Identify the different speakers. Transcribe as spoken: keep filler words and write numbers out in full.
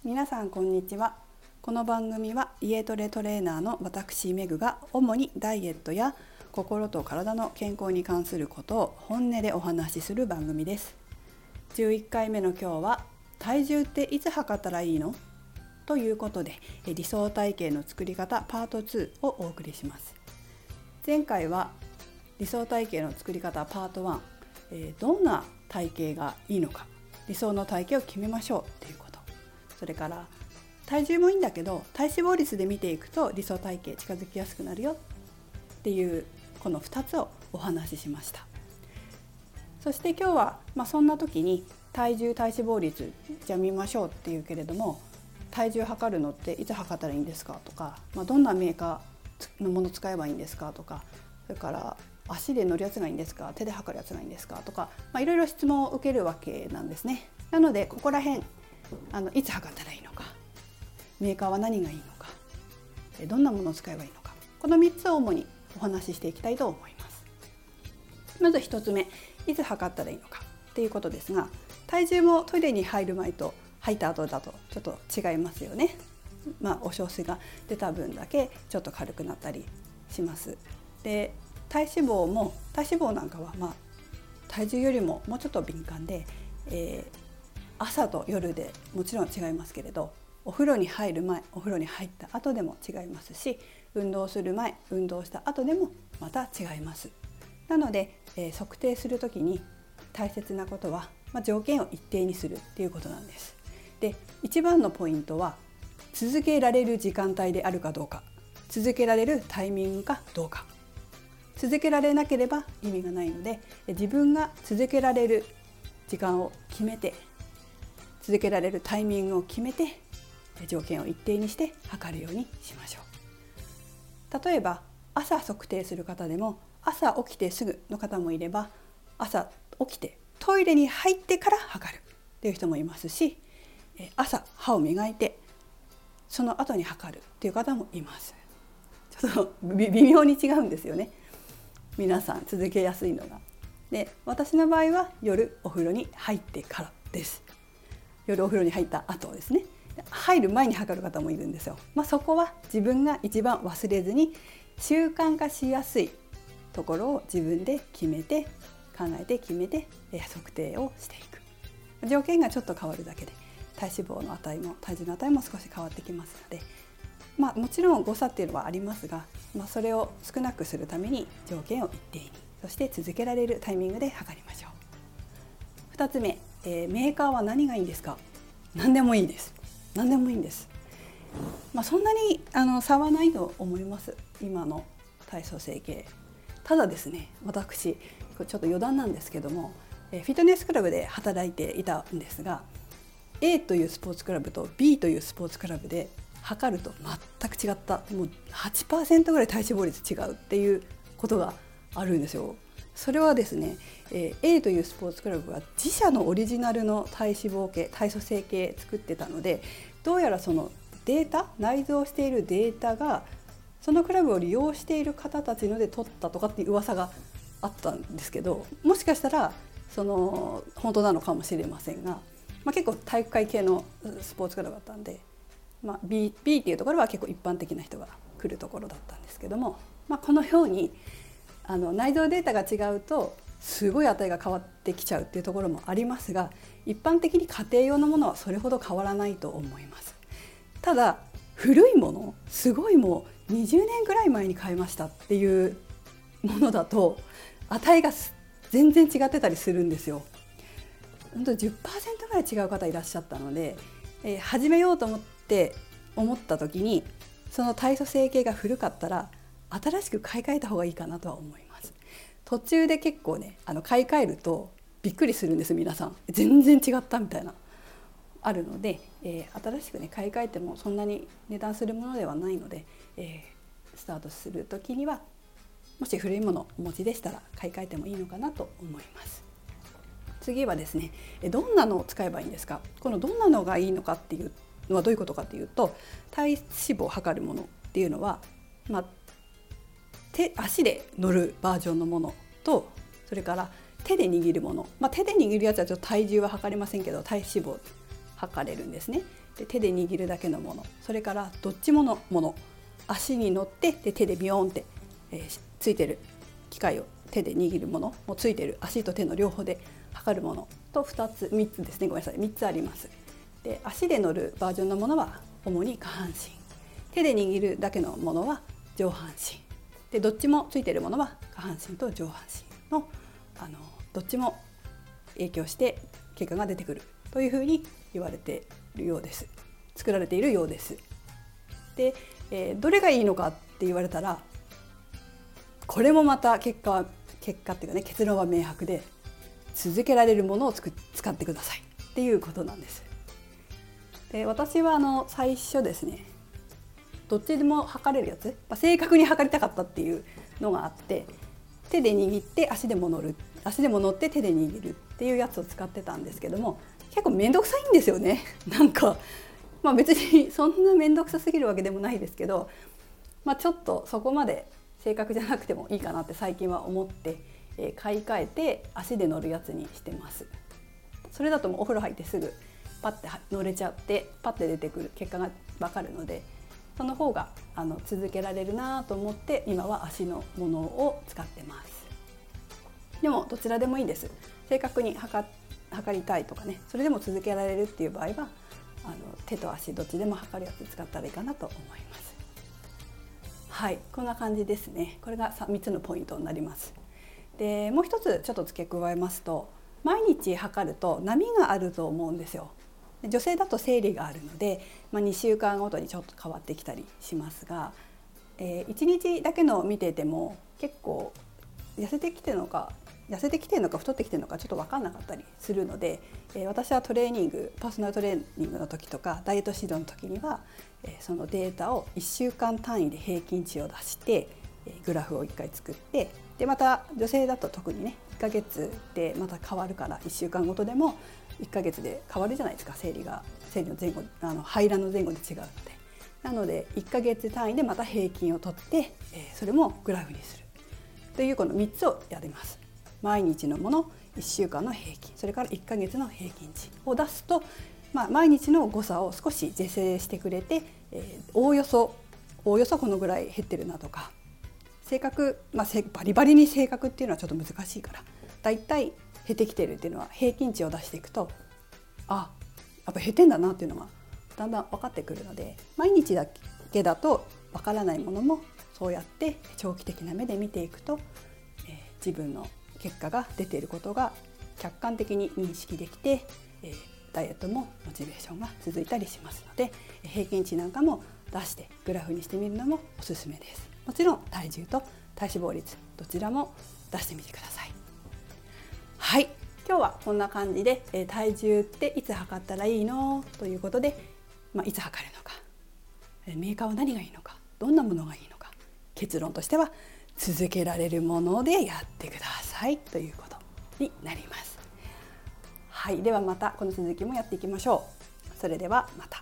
Speaker 1: 皆さんこんにちは。この番組は家トレトレーナーの私メグが主にダイエットや心と体の健康に関することを本音でお話しする番組です。じゅういっかいめの今日は体重っていつ測ったらいいの？ということで理想体型の作り方パートツーをお送りします。前回は理想体型の作り方パートワン、えー、どんな体型がいいのか、理想の体型を決めましょうということ、それから体重もいいんだけど体脂肪率で見ていくと理想体型近づきやすくなるよっていうこのふたつをお話ししました。そして今日は、まあ、そんな時に体重体脂肪率じゃあ見ましょうっていうけれども、体重測るのっていつ測ったらいいんですかとか、まあ、どんなメーカーのもの使えばいいんですかとか、それから足で乗るやつがいいんですか、手で測るやつがいいんですかとか、まあ、いろいろ質問を受けるわけなんですね。なのでここら辺あのいつ測ったらいいのか、メーカーは何がいいのか、どんなものを使えばいいのか、このみっつを主にお話ししていきたいと思います。まずひとつめ、いつ測ったらいいのかっていうことですが、体重もトイレに入る前と入った後だとちょっと違いますよね。まあ、お小水が出た分だけちょっと軽くなったりします。で、体脂肪も体脂肪なんかは、まあ、体重よりももうちょっと敏感で、えー、朝と夜でもちろん違いますけれど、お風呂に入る前、お風呂に入った後でも違いますし、運動する前、運動した後でもまた違います。なので、えー、測定するときに大切なことは、まあ、条件を一定にするっていうことなんです。で、一番のポイントは続けられる時間帯であるかどうか、続けられるタイミングかどうか。続けられなければ意味がないので、自分が続けられる時間を決めて、続けられるタイミングを決めて、条件を一定にして測るようにしましょう。例えば朝測定する方でも、朝起きてすぐの方もいれば、朝起きてトイレに入ってから測るっていう人もいますし、朝歯を磨いてその後に測るっていう方もいます。ちょっと微妙に違うんですよね、皆さん続けやすいのが。で、私の場合は夜お風呂に入ってからです。夜お風呂に入った後ですね。入る前に測る方もいるんですよ。まあ、そこは自分が一番忘れずに習慣化しやすいところを自分で決めて、考えて決めて測定をしていく。条件がちょっと変わるだけで体脂肪の値も体重の値も少し変わってきますので、まあ、もちろん誤差っていうのはありますが、まあ、それを少なくするために条件を一定に、そして続けられるタイミングで測りましょう。ふたつめ、えー、メーカーは何がいいんですか？何でもいいです。何でもいいんです。まあ、そんなにあの差はないと思います、今の体組成計。ただですね、私ちょっと余談なんですけども、フィットネスクラブで働いていたんですが、 A というスポーツクラブと B というスポーツクラブで測ると全く違った、もう はちパーセント ぐらい体脂肪率違うっていうことがあるんですよ。それはですね、えー、A というスポーツクラブは自社のオリジナルの体脂肪計、体組成計作ってたので、どうやらそのデータ、内蔵しているデータがそのクラブを利用している方たちので取ったとかっていう噂があったんですけど、もしかしたらその本当なのかもしれませんが、まあ、結構体育会系のスポーツクラブだったんで、まあ、B, B っていうところは結構一般的な人が来るところだったんですけども、まあ、このようにあの内蔵データが違うとすごい値が変わってきちゃうっていうところもありますが、一般的に家庭用のものはそれほど変わらないと思います。ただ古いもの、すごいもうにじゅうねんぐらい前に買いましたっていうものだと値が全然違ってたりするんですよ。本当 じゅっパーセント ぐらい違う方いらっしゃったので、えー、始めようと思って思った時にその体組成計が古かったら新しく買い替えた方がいいかなとは思います。途中で結構ね、あの買い替えるとびっくりするんです。皆さん全然違ったみたいなあるので、えー、新しくね買い替えてもそんなに値段するものではないので、えー、スタートする時にはもし古いものをお持ちでしたら買い替えてもいいのかなと思います。次はですね、どんなのを使えばいいんですか？このどんなのがいいのかっていうのはどういうことかっていうと、体脂肪を測るものっていうのは、まあ、手足で乗るバージョンのものと、それから手で握るもの、まあ、手で握るやつはちょっと体重は測れませんけど体脂肪測れるんですね。 で手で握るだけのもの、それからどっちものもの、足に乗ってで手でビヨーンって、えー、ついてる機械を手で握るものもついてる足と手の両方で測るものとふたつみっつですね、ごめんなさいみっつあります。で足で乗るバージョンのものは主に下半身、手で握るだけのものは上半身で、どっちもついてるものは下半身と上半身の、あのどっちも影響して結果が出てくるというふうに言われているようです。作られているようです。で、えー、どれがいいのかって言われたら、これもまた結果は結果っていうかね、結論は明白で、続けられるものをつく使ってくださいっていうことなんです。で私はあの最初ですね、どっちでも測れるやつ、正確に測りたかったっていうのがあって、手で握って足でも乗る、足でも乗って手で握るっていうやつを使ってたんですけども、結構めんどくさいんですよね。なんか、まあ、別にそんなめんどくさすぎるわけでもないですけど、まあ、ちょっとそこまで正確じゃなくてもいいかなって最近は思って、えー、買い替えて足で乗るやつにしてます。それだともうお風呂入ってすぐパッて乗れちゃって、パッて出てくる結果が分かるので、その方があの続けられるなと思って今は足のものを使ってます。でもどちらでもいいです。正確に測、測りたいとかね、それでも続けられるっていう場合は、あの手と足どっちでも測るやつ使ったらいいかなと思います。はい、こんな感じですね。これがみっつのポイントになります。でもう一つちょっと付け加えますと、毎日測ると波があると思うんですよ。女性だと生理があるので、まあ、にしゅうかんごとにちょっと変わってきたりしますが、えー、いちにちだけのを見てても結構痩せてきてるのか痩せてきてるのか太ってきてるのかちょっと分かんなかったりするので、えー、私はトレーニングパーソナルトレーニングの時とかダイエット指導の時には、えー、そのデータをいっしゅうかん単位で平均値を出して、えー、グラフをいっかい作って、でまた女性だと特にねいっかげつでまた変わるから、いっしゅうかんごとでもいっかげつで変わるじゃないですか。生理が生理の前後、あの排卵の前後で違うので、なのでいっかげつ単位でまた平均を取って、えー、それもグラフにするというこのみっつをやります。毎日のもの、いっしゅうかんの平均、それからいっかげつの平均値を出すと、まあ、毎日の誤差を少し是正してくれて、えー、おおよそおおよそこのぐらい減ってるなとか、正確、まあ、バリバリに正確っていうのはちょっと難しいから、だいたい減ってきてるっていうのは平均値を出していくと、あ、やっぱ減ってんだなっていうのがだんだん分かってくるので、毎日だけだと分からないものもそうやって長期的な目で見ていくと、えー、自分の結果が出ていることが客観的に認識できて、えー、ダイエットもモチベーションが続いたりしますので、平均値なんかも出してグラフにしてみるのもおすすめです。もちろん体重と体脂肪率どちらも出してみてください。はい、今日はこんな感じで、えー、体重っていつ測ったらいいのということで、まあ、いつ測るのか、えー、メーカーは何がいいのか、どんなものがいいのか、結論としては続けられるものでやってくださいということになります。はい、ではまたこの続きもやっていきましょう。それではまた。